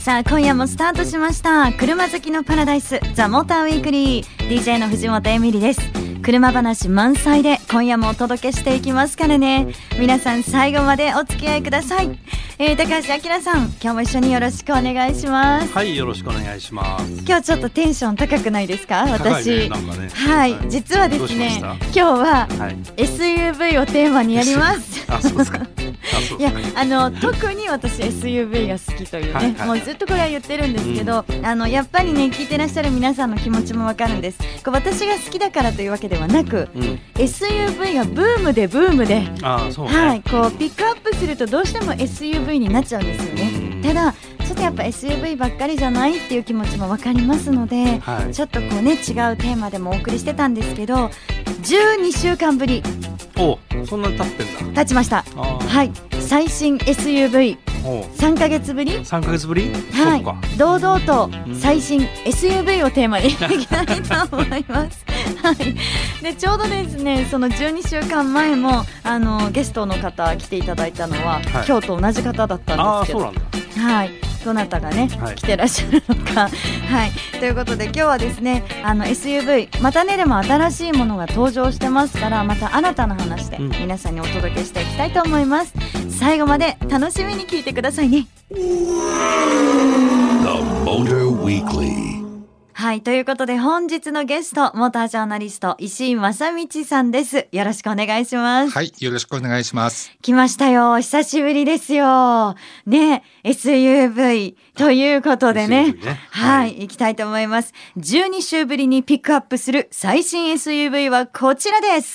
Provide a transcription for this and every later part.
さあ今夜もスタートしました。車好きのパラダイスザ・モーターウィークリー DJ の藤本エミリです。車話満載で今夜もお届けしていきますからね。皆さん最後までお付き合いください。高橋明さん、今日も一緒によろしくお願いします。 はい、よろしくお願いします。 今日ちょっとテンション高くないですか？私、 なんかね、 はい、実はですね、今日は SUV をテーマにやります。 あ、そうですか。 いや、特に私 SUV が好きというね、もうずっとこれは言ってるんですけど、やっぱりね、聞いてらっしゃる皆さんの気持ちもわかるんです。こう私が好きだからというわけではなく、SUV がブームで、 そうね、 はい、こうピックアップするとどうしても SUV になっちゃうんですよね。ただちょっとやっぱ SUV ばっかりじゃないっていう気持ちもわかりますので、ちょっとこうね、違うテーマでもお送りしてたんですけど、12週間ぶり。 お、そんなに経ってんだ。 経ちました。はい、最新 SUV3 ヶ月ぶり。 3ヶ月ぶり、 はい、堂々と最新 SUV をテーマにいきたいと思います。はい、でちょうどですね、その12週間前もゲストの方来ていただいたのは、今日と同じ方だったんですけど、 そうなんだ。 はい、どなたがね、来てらっしゃるのか、はい、ということで今日はですね、SUV またね、でも新しいものが登場してますから、また新たな話で皆さんにお届けしていきたいと思います。最後まで楽しみに聞いてくださいね。 The Motor Weekly。 はい、ということで本日のゲスト、モータージャーナリスト石井正道さんです。よろしくお願いします。 はい、よろしくお願いします。 来ましたよ、久しぶりですよね、 SUV ということでね、はい、行きたいと思います。12週ぶりにピックアップする最新 SUV はこちらです。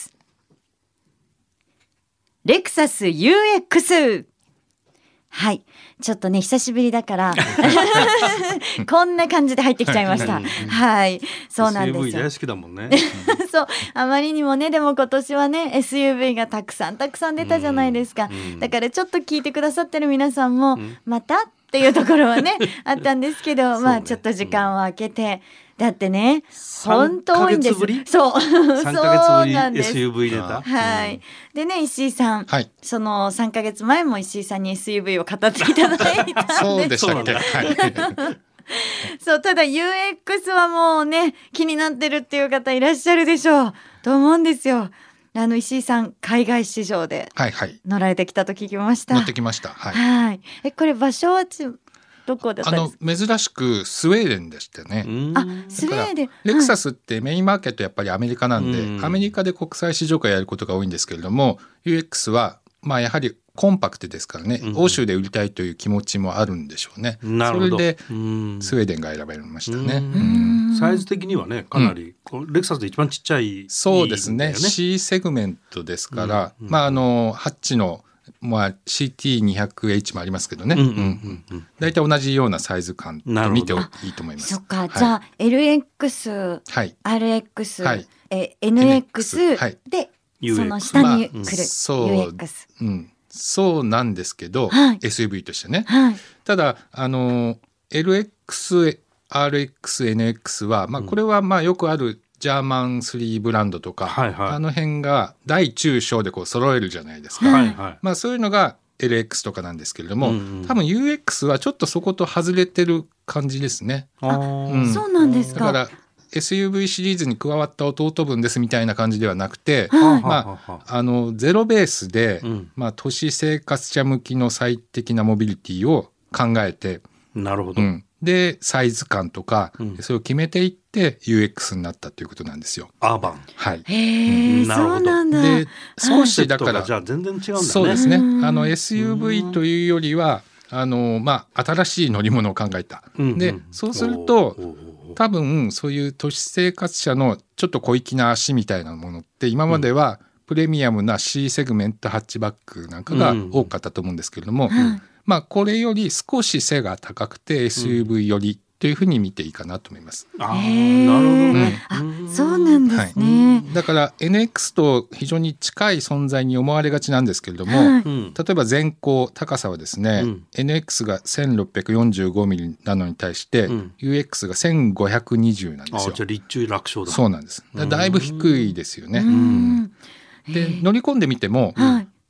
レクサス UX。 はい、ちょっとね、久しぶりだからこんな感じで入ってきちゃいました。はい、そうなんですよ。 SUV 大好きだもんね。 そう、あまりにもね、でも今年はね SUV がたくさん出たじゃないですか。だからちょっと聞いてくださってる皆さんも、またっていうところはねあったんですけど、まあちょっと時間を空けて、だってね、本当多いんです。そう 3ヶ月ぶり SUV 出た。 はい、でね、石井さん、その3ヶ月前も石井さんに SUV を語っていただいたんです。 そうでしたっけ。 そう、ただ UX はもうね、気になってるっていう方いらっしゃるでしょうと思うんですよ。石井さん、海外市場で乗られてきたと聞きました。 乗ってきました。はい。 はい、これ場所はどこだったんですか？ 珍しくスウェーデンでしたね。 あ、スウェーデン。 レクサスってメインマーケットやっぱりアメリカなんで、アメリカで国際市場化やることが多いんですけれども、 UX はまあやはりコンパクトですからね、欧州で売りたいという気持ちもあるんでしょうね。それでスウェーデンが選ばれましたね。 サイズ的にはね、かなり、レクサスで一番ちっちゃい。 そうですね、C セグメントですから、まあハッチのCT200H もありますけどね、だいたい同じようなサイズ感と見ていいと思います。 そっか、じゃあ LX、RX、NX でその下に来る UX。 そうなんですけど、SUV としてね。ただLX、RX、NX は、これはまあよくあるジャーマン3ブランドとか、あの辺が大中小でこう揃えるじゃないですか。まあそういうのが LX とかなんですけれども、多分 UX はちょっとそこと外れてる感じですね。 そうなんですか。 だから SUV シリーズに加わった弟分ですみたいな感じではなくて、ゼロベースで、都市生活者向きの最適なモビリティを考えて、 なるほど、 でサイズ感とか、それを決めていって UX になったということなんですよ。 アーバン。 はい。 そうなんだ。 で少しだからじゃあ全然違うんだね。 そうですね。SUV というよりは新しい乗り物を考えた。でそうすると多分そういう都市生活者のちょっと小粋な足みたいなものって今まではプレミアムな C セグメントハッチバックなんかが多かったと思うんですけれども、これより少し背が高くて SUV よりというふうに見ていいかなと思います。 なるほどね。 そうなんですね。 だから NX と非常に近い存在に思われがちなんですけれども、例えば前高高さはですね、NX が 1645mm なのに対して、UX が1520なんですよ。 じゃあ立中楽勝だ。 そうなんです。だいぶ低いですよね。で乗り込んでみても、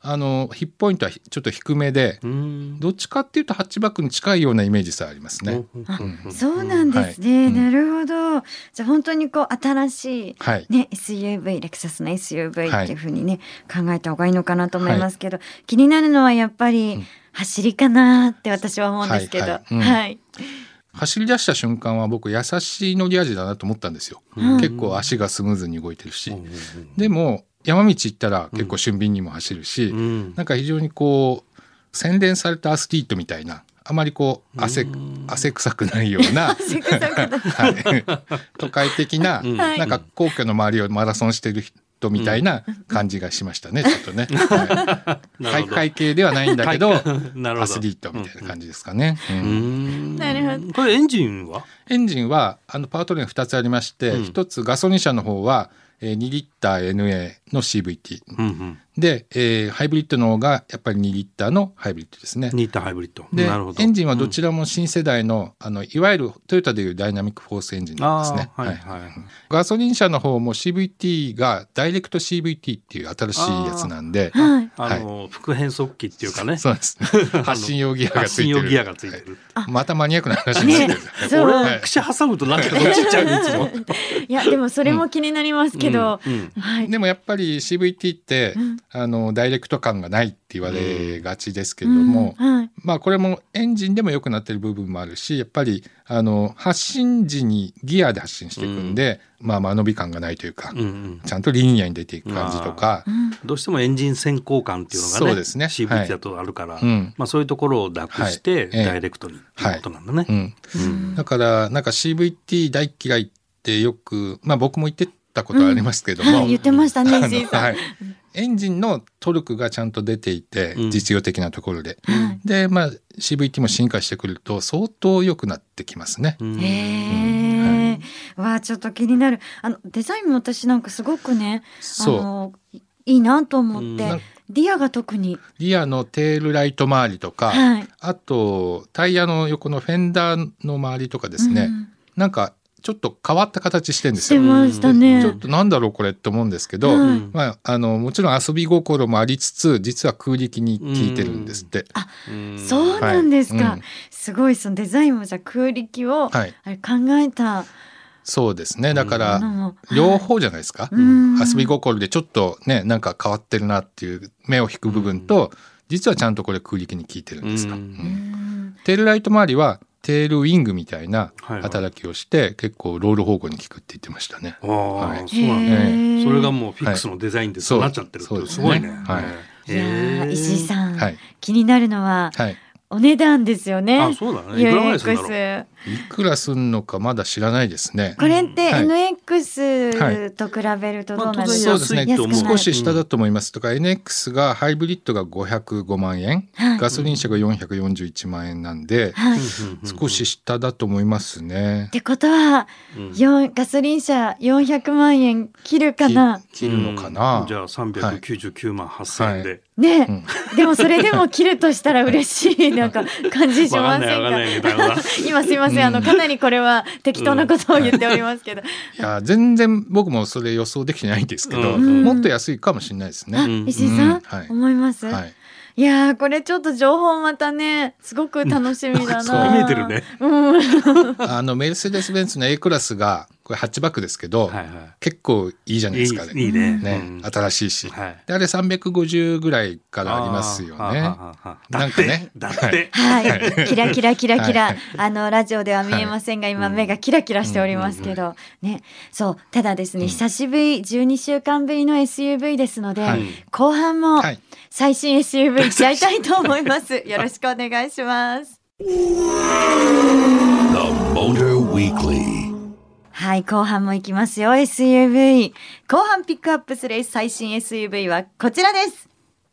ヒップポイントはちょっと低めで、どっちかっていうとハッチバックに近いようなイメージさえありますね。 そうなんですね、なるほど。じゃあ本当にこう新しい、 はいね、SUV レクサスの SUV っていうふうにね、考えた方がいいのかなと思いますけど、気になるのはやっぱり走りかなって私は思うんですけど、 走り出した瞬間は僕優しい乗り味だなと思ったんですよ、結構足がスムーズに動いてるし、でも山道行ったら結構俊敏にも走るし、なんか非常にこう洗練されたアスリートみたいな、あまりこう汗臭くないような都会的な、なんか皇居の周りをマラソンしてる人みたいな感じがしましたね、ちょっとね。体育会系ではないんだけどアスリートみたいな感じですかね。 なるほど。 これエンジンはパワートレイン2つありまして、1つガソリン車の方は2リッター NA の CVT、で、ハイブリッドの方がやっぱり2リッターのハイブリッドですね。 2リッターハイブリッドで、 なるほど。 エンジンはどちらも新世代の、いわゆるトヨタでいうダイナミックフォースエンジンなんですね。ガソリン車の方も CVT がダイレクト CVT っていう新しいやつなんで、 副変速機っていうかね。 そうですね。発進用ギアがついてる。またマニアックな話になってる。 俺口挟むとなんかどっちっちゃういつも。 いやでもそれも気になりますけど、 でもやっぱり CVT ってダイレクト感がないって言われがちですけれども、まあこれもエンジンでも良くなってる部分もあるし、やっぱり発進時にギアで発進していくんで、まあ間延び感がないというか、ちゃんとリニアに出ていく感じとか、 どうしてもエンジン先行感っていうのがね、 そうですね、 CVT だとあるから、まあそういうところをなくしてダイレクトにっていうことなんだね。 だからなんか CVT 大嫌いってよく、まあ僕も言ってたことはありますけども、 言ってましたね、石井さん。 エンジンのトルクがちゃんと出ていて、実用的なところで、でまあ CVT も進化してくると相当良くなってきますね。 わあちょっと気になる。デザインも私なんかすごくね、いいなと思って。リアが特にリアのテールライト周りとか、あとタイヤの横のフェンダーの周りとかですね、なんかちょっと変わった形してるんですよ。 してましたね。 ちょっとなんだろうこれって思うんですけど、まあもちろん遊び心もありつつ、実は空力に効いてるんですって。 そうなんですか。すごい、そのデザインもじゃあ空力を考えた。 そうですね。だから両方じゃないですか。遊び心でちょっとね、なんか変わってるなっていう目を引く部分と、実はちゃんとこれ空力に効いてるんですか。テールライト周りはテールウィングみたいな働きをして、結構ロール方向に効くって言ってましたね。 そうなんね。それがもうフィックスのデザインでそうなっちゃってるってすごいね。 いや石井さん、気になるのはお値段ですよね。 そうだね。いくらぐらいするんだろう。 いくらすんのかまだ知らないですね。 これって NX と比べるとどうなんですか。 そうですね。少し下だと思います。とか NX がハイブリッドが505万円、ガソリン車が441万円なんで、少し下だと思いますね。 ってことは、ガソリン車400万円切るかな。 切るのかな。 じゃあ399万8,000円で。 ね、でもそれでも切るとしたら嬉しいなんか感じしませんか。今すいません、かなりこれは適当なことを言っておりますけど、 いや全然僕もそれ予想できてないんですけど、もっと安いかもしれないですね。 石井さん、思います。いやこれちょっと情報またねすごく楽しみだな。 見えてるね。 メルセデス・ベンツの A クラスがこれハッチバックですけど、結構いいじゃないですかね。 いいね。 新しいし、であれ350ぐらいからありますよね。なんかね。 だってキラキラキラキララジオでは見えませんが、今目がキラキラしておりますけどね。そうただですね、久しぶり12週間ぶりの SUV ですので、後半も最新 SUV いっちゃいたいと思います。よろしくお願いします。はい、後半も行きますよ。 SUV 後半ピックアップする最新 SUV はこちらです。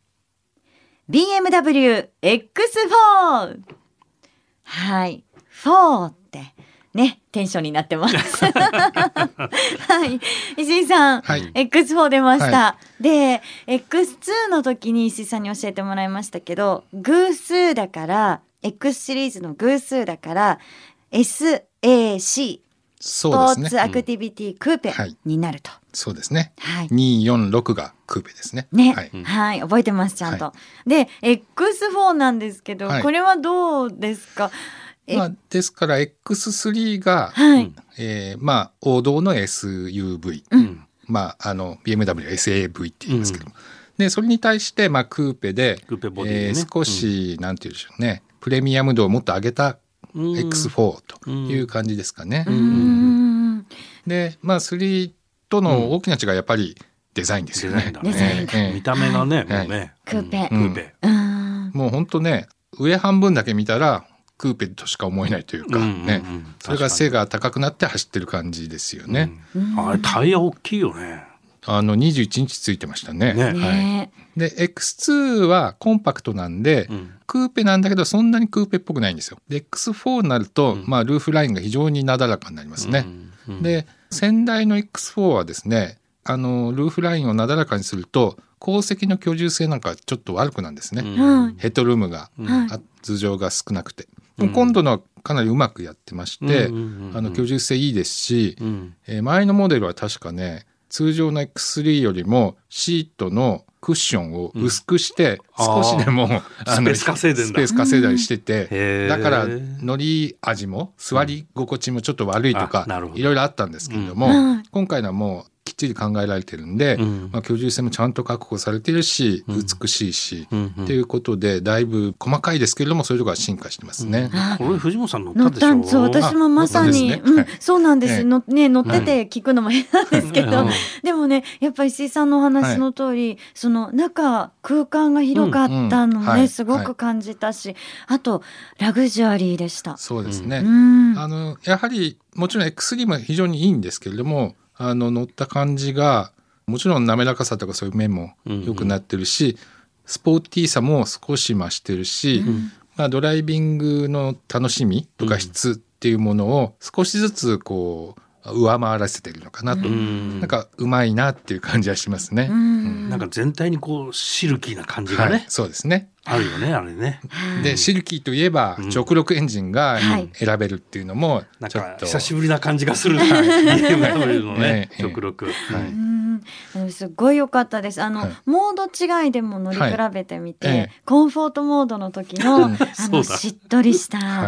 BMW X4。 はい、4ってねテンションになってますはい、石井さん、X4 出ました。で X2 の時に石井さんに教えてもらいましたけど、偶数だから X シリーズの偶数だから SAC スポーツアクティビティクーペになると。 そうですね、 はい、 246がクーペですね。 ね、 はい、 はい、覚えてますちゃんと。はい、で X4 なんですけど、はい、これはどうですか？ ですから X3 が、 はい王道の SUV、BMW SAV って言いますけども、でそれに対して、クーペでボディね、 少し、なんていうんでしょうね、プレミアム度をもっと上げた X4 という感じですかね。で3との大きな違いはやっぱりデザインですよね。 見た目がね、もうね、 クーペ、 もう本当ね、上半分だけ見たらクーペとしか思えないというかね、それが背が高くなって走ってる感じですよね。 あれタイヤ大きいよね。 21インチついてましたね。はい、で X2 はコンパクトなんで、クーペなんだけどそんなにクーペっぽくないんですよ。で X4 になると、ルーフラインが非常になだらかになりますね。で先代の X4 はですね、ルーフラインをなだらかにすると後席の居住性なんかちょっと悪くなんですね。ヘッドルームが、頭上が少なくて、今度のはかなりうまくやってまして、居住性いいですし、前のモデルは確かね、通常の X3 よりもシートのクッションを薄くして、少しでもスペース稼いだりしてて、だから乗り味も座り心地もちょっと悪いとか、いろいろあったんですけれども、今回のはもうきっちり考えられてるんで、居住性もちゃんと確保されてるし、美しいし、っていうことでだいぶ細かいですけれどもそういうところが進化してますね。 これ藤本さん乗ったでしょ？ そう、私もまさに、そうなんです、乗ってて聞くのも変なんですけど、でもねやっぱり石井さんのお話の通り、その中空間が広かったのね、すごく感じたし、あとラグジュアリーでした。 そうですね、やはりもちろん X3 も非常にいいんですけれども、乗った感じがもちろん滑らかさとかそういう面も良くなってるし、スポーティーさも少し増してるし、ドライビングの楽しみとか質っていうものを少しずつこう上回らせてるのかなと、なんかうまいなっていう感じはしますね。 なんか全体にこうシルキーな感じがね、 そうですね、 あるよね、あれね。 でシルキーといえば直力エンジンが選べるっていうのもちょっと久しぶりな感じがするBMW のね、直力。 すごい良かったです。モード違いでも乗り比べてみて、コンフォートモードの時のしっとりした、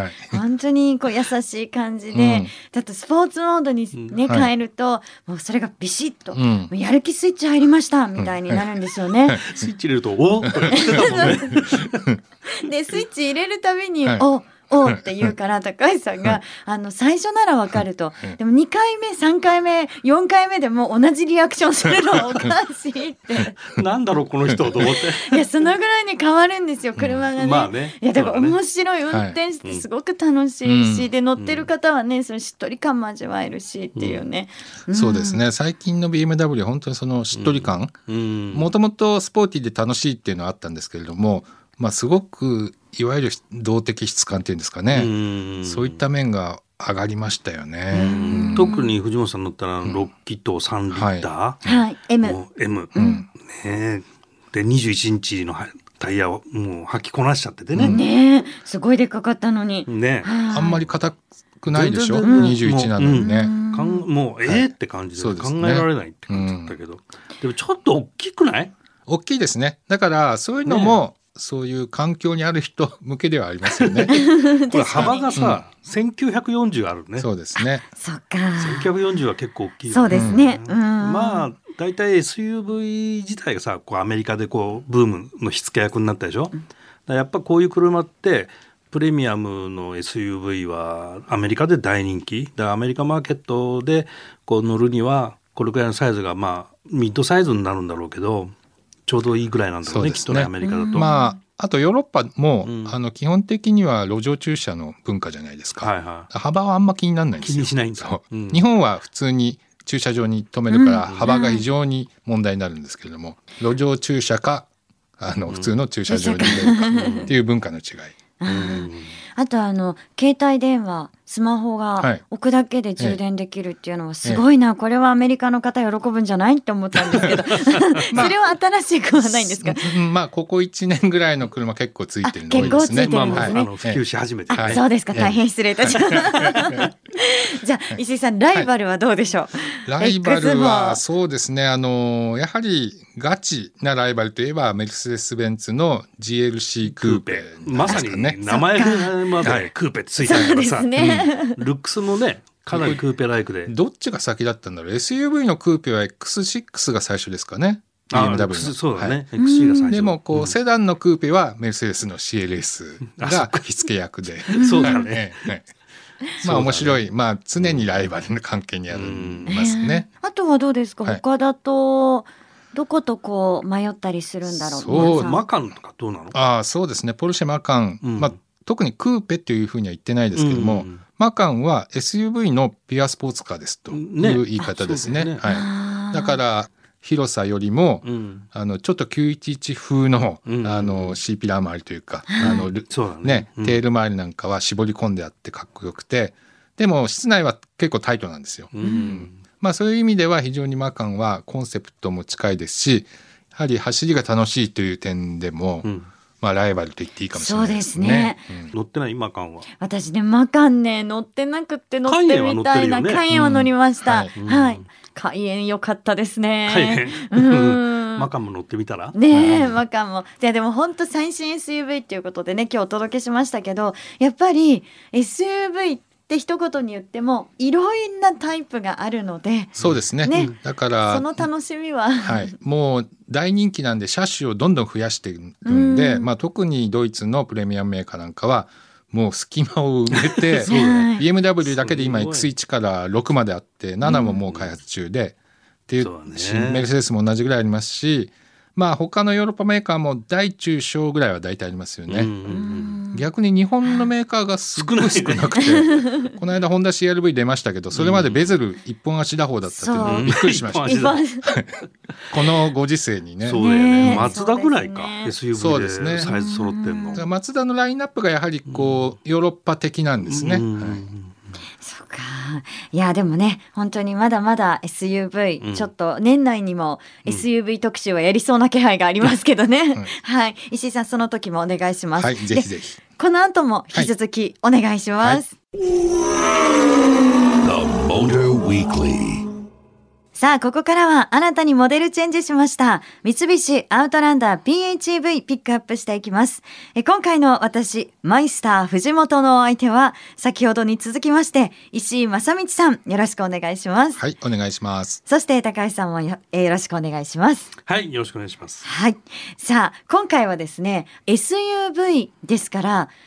本当にこう優しい感じで、だとスポーツモードにね変えると、もうそれがビシッと、やる気スイッチ入りましたみたいになるんですよね。 スイッチ入れるとおっと言ってたもんね。 でスイッチ入れるたびにおって言うから高橋さんが最初ならわかると、でも2回目3回目4回目でも同じリアクションするのはおかしいってなんだろうこの人と思っていやそのぐらいに変わるんですよ車がね。いやだから面白い、運転してすごく楽しいし、で乗ってる方はねそのしっとり感も味わえるしっていうね、 そうですね、最近の BMW は本当にそのしっとり感、もともとスポーティーで楽しいっていうのはあったんですけれども、すごくいわゆる動的質感っていうんですかね、そういった面が上がりましたよね。 特に藤本さん乗ったら6気筒3リッター、 M、ね、で21インチのタイヤをもう履きこなしちゃっててね、すごいでかかったのにね、 あんまり硬くないでしょ、21なのにね、 もうって感じで考えられないって感じだったけど、でもちょっと大きくない？ 大きいですね。だからそういうのも、そういう環境にある人向けではありますよね。 これ幅がさ、1940あるね。 そうですね。 そっか。 1940は結構大きい、 そうですね。 だいたい SUV 自体がさ、こうアメリカでこうブームの火付け役になったでしょ。やっぱこういう車ってプレミアムの SUV はアメリカで大人気。だからアメリカマーケットでこう乗るにはこれくらいのサイズがミッドサイズになるんだろうけど。ちょうどいいぐらいなんだろうね、きっとね、アメリカだと。 あとヨーロッパも、基本的には路上駐車の文化じゃないですか、幅はあんま気にならないんですよ。 気にしないんだ。 日本は普通に駐車場に止めるから幅が非常に問題になるんですけれども、路上駐車か普通の駐車場に入れるかっていう文化の違い。 あと携帯電話スマホが置くだけで充電できるっていうのはすごいな、これはアメリカの方喜ぶんじゃないって思ったんですけどそれは新しくはないんですか？ ここ1年ぐらいの車結構ついてるの多いですね。 結構ついてるんですね。 普及し始めて、 そうですか、大変失礼いたしましたじゃあ石井さん、ライバルはどうでしょう？ ライバル X はもそうですね、やはりガチなライバルといえばメルセデス・ベンツの GLC クーペまさに名前までクーペってついてるからさ、 そうですねルックスもねかなりクーペライクで、 どっちが先だったんだろう。 SUV のクーペは X6 が最初ですかね、 BMW の。 そうだね、XC が最初でもこう、セダンのクーペはメルセデスの CLS が火付け役でそうだねまあ面白い、まあ常にライバルの関係にありますね。 あとはどうですか、 はい他だとどことこう迷ったりするんだろう。 そう皆さんマカンとかどうなの？ そうですね、ポルシェマカン、 うんまあ、特にクーペっていうふうには言ってないですけども、マカンは SUV のピュアスポーツカーですという言い方ですね。 ねそうだよねはい、だから広さよりも、ちょっと911風の、C ピラー周りというか、 そうだねテール周りなんかは絞り込んであってかっこよくて、でも室内は結構タイトなんですよ。まあ、そういう意味では非常にマカンはコンセプトも近いですし、やはり走りが楽しいという点でも、まあ、ライバルと言っていいかもしれないですね。 そうですね、 乗ってないマカンは？ 私ねマカンね乗ってなくって乗ってみたいな。カイエンは乗りました。はい、カイエン良かったですね。 カイエンマカンも乗ってみたらねえ、マカンも。いやでも本当最新 SUV っていうことでね今日お届けしましたけど、やっぱり SUV って一言に言ってもいろんなタイプがあるので、 そうですね。だからその楽しみは、 もう大人気なんで車種をどんどん増やしてるんで、まあ、特にドイツのプレミアムメーカーなんかはもう隙間を埋めてBMW だけで今 X1 から6まであって7ももう開発中で、っていうし、メルセデスも同じぐらいありますし、まあ他のヨーロッパメーカーも大中小ぐらいは大体ありますよね。逆に日本のメーカーがすごい少なくてこの間ホンダ CRV 出ましたけど、それまでベゼル一本足打法だったっていうのをびっくりしましたこのご時世にね。 そうだよね、マツダぐらいか SUV でサイズ揃ってんの。 マツダのラインナップがやはりこうヨーロッパ的なんですね。 そうか。いやでもね本当にまだまだ SUV、ちょっと年内にも SUV 特集はやりそうな気配がありますけどね、はい、石井さんその時もお願いします。 はい、ぜひぜひ。 この後も引き続きお願いします。さあここからは新たにモデルチェンジしました三菱アウトランダー PHEV ピックアップしていきます。今回の私マイスター藤本のお相手は先ほどに続きまして石井正道さん、よろしくお願いします。 はい、お願いします。 そして高橋さんもよろしくお願いします。 はい、よろしくお願いします。 はい、さあ今回はですね SUV ですから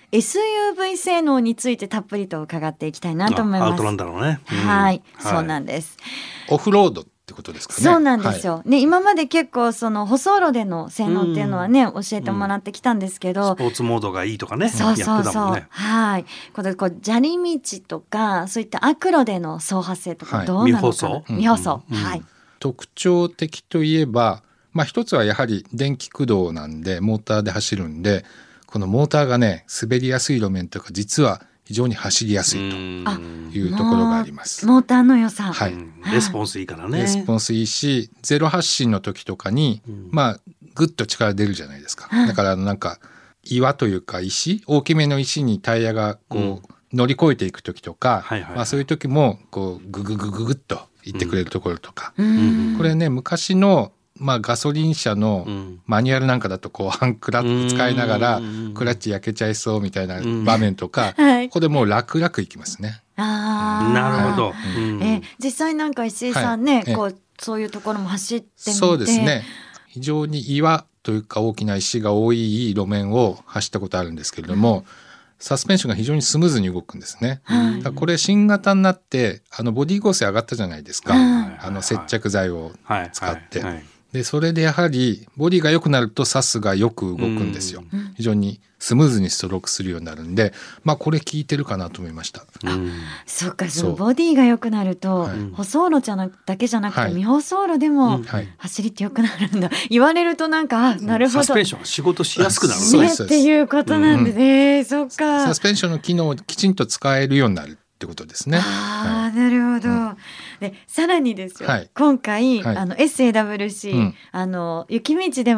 SUV 性能についてたっぷりと伺っていきたいなと思います。 アウトランダーのね、 はい、そうなんです。 オフロードってことですかね。 そうなんですよ、ね、今まで結構その舗装路での性能っていうのはね、教えてもらってきたんですけど、 スポーツモードがいいとかね、 そうそうそう、 やってたもんね。 はい、こう砂利道とかそういった悪路での走破性とかどうなのかな、未舗装、はい、 特徴的といえば、まあ、一つはやはり電気駆動なんでモーターで走るんで、このモーターがね滑りやすい路面とか実は非常に走りやすいというところがあります。 モーターの良さ、 はい、 レスポンスいいからね。 レスポンスいいし、ゼロ発進の時とかに、まあグッと力出るじゃないですか。だからなんか岩というか石、大きめの石にタイヤがこう乗り越えていく時とか、まあそういう時もこうグググググッと行ってくれるところとか、これね昔のまあ、ガソリン車のマニュアルなんかだとこうハンクラッチ使いながらクラッチ焼けちゃいそうみたいな場面とか、ここでもう楽々いきますね。 なるほど、 実際なんか石井さんね、こうそういうところも走ってみて。 そうですね、非常に岩というか大きな石が多い路面を走ったことあるんですけれども、サスペンションが非常にスムーズに動くんですね。これ新型になってボディ剛性上がったじゃないですか、接着剤を使って、でそれでやはりボディが良くなるとサスがよく動くんですよ。非常にスムーズにストロークするようになるんで、まあこれ効いてるかなと思いました。 そうか、そのボディが良くなると、舗装路だけじゃなくて未舗装路でも走りって良くなるんだ、言われるとなんかなるほど、 サスペンション仕事しやすくなるねっていうことなんでね、そっか、 サスペンションの機能をきちんと使えるようになるってことですね。 なるほど。でさらにですよ、今回SAWC、雪道でも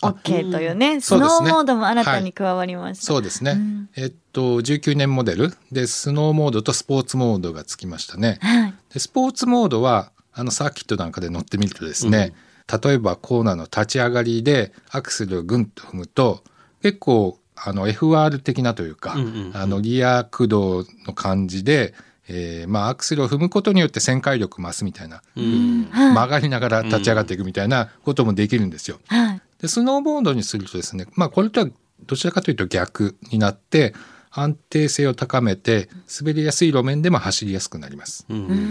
OK というね、スノーモードも新たに加わりました。 そうですね、19年モデルでスノーモードとスポーツモードがつきましたね、でスポーツモードはサーキットなんかで乗ってみるとですね、例えばコーナーの立ち上がりでアクセルをグンと踏むと結構FR 的なというか、リア駆動の感じで、アクセルを踏むことによって旋回力増すみたいな、曲がりながら立ち上がっていくみたいなこともできるんですよ。でスノーボードにするとですね、これとはどちらかというと逆になって安定性を高めて滑りやすい路面でも走りやすくなります。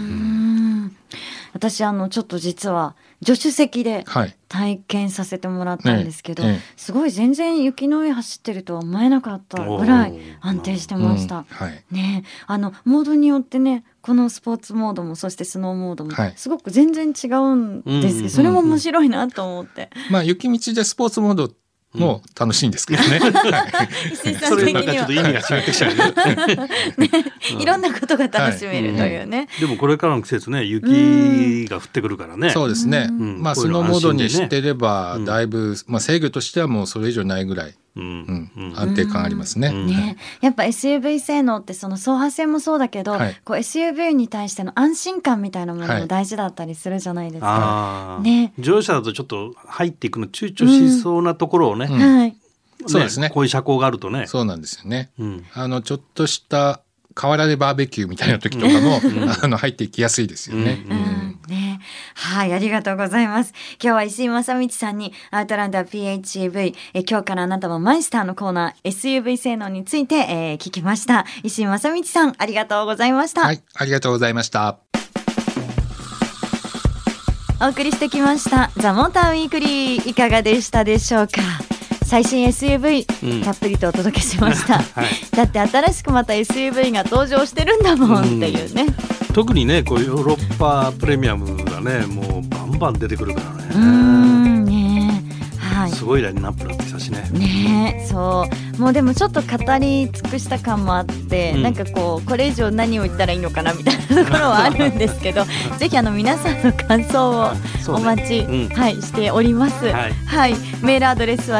私ちょっと実は助手席で体験させてもらったんですけど、すごい全然雪の上走ってるとは思えなかったぐらい安定してました、ね、モードによってね、このスポーツモードもそしてスノーモードもすごく全然違うんですけど、それも面白いなと思って、 雪道でスポーツモードも楽しいんですけどね。 それなんかちょっと意味が違ってきちゃうね。 いろんなことが楽しめるというね。 でもこれからの季節ね、雪が降ってくるからね。 そうですね。スノーモードにしてればだいぶ制御としてはもうそれ以上ないぐらい安定感ありますね。 やっぱ SUV 性能ってその走破性もそうだけど、こう SUV に対しての安心感みたいなものも大事だったりするじゃないですか。 乗用車だとちょっと入っていくの躊躇しそうなところをね、 そうですね、 こういう車高があるとね。 そうなんですよね。ちょっとした河原でバーベキューみたいな時とかも入っていきやすいですよね。 はい、ありがとうございます。今日は石井正道さんにアウトランダー PHEV 今日からあなたもマイスターのコーナー SUV 性能について、聞きました。石井正道さん、ありがとうございました。 はい、ありがとうございました。 お送りしてきましたザ・モーターウィークリー、いかがでしたでしょうか。最新 SUV、たっぷりとお届けしました、だって新しくまた SUV が登場してるんだもんっていうね、 特にねこうヨーロッパプレミアムがねもうバンバン出てくるからね、すごいラインナップだってきたしね。 そうもうでもちょっと語り尽くした感もあって、なんかこれ以上何を言ったらいいのかなみたいなところはあるんですけどぜひ皆さんの感想をお待ち、しております、メールアドレスは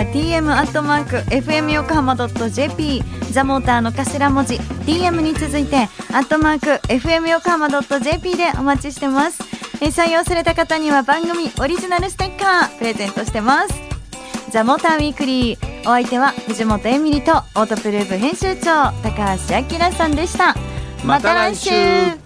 tm@fmyokohama.jp ザモーターの頭文字 tm に続いて@fmyokohama.jp でお待ちしてます。採用された方には番組オリジナルステッカープレゼントしてます。ザ・モーターウィークリー、お相手は藤本エミリとオートプルーブ編集長高橋明さんでした。また来週。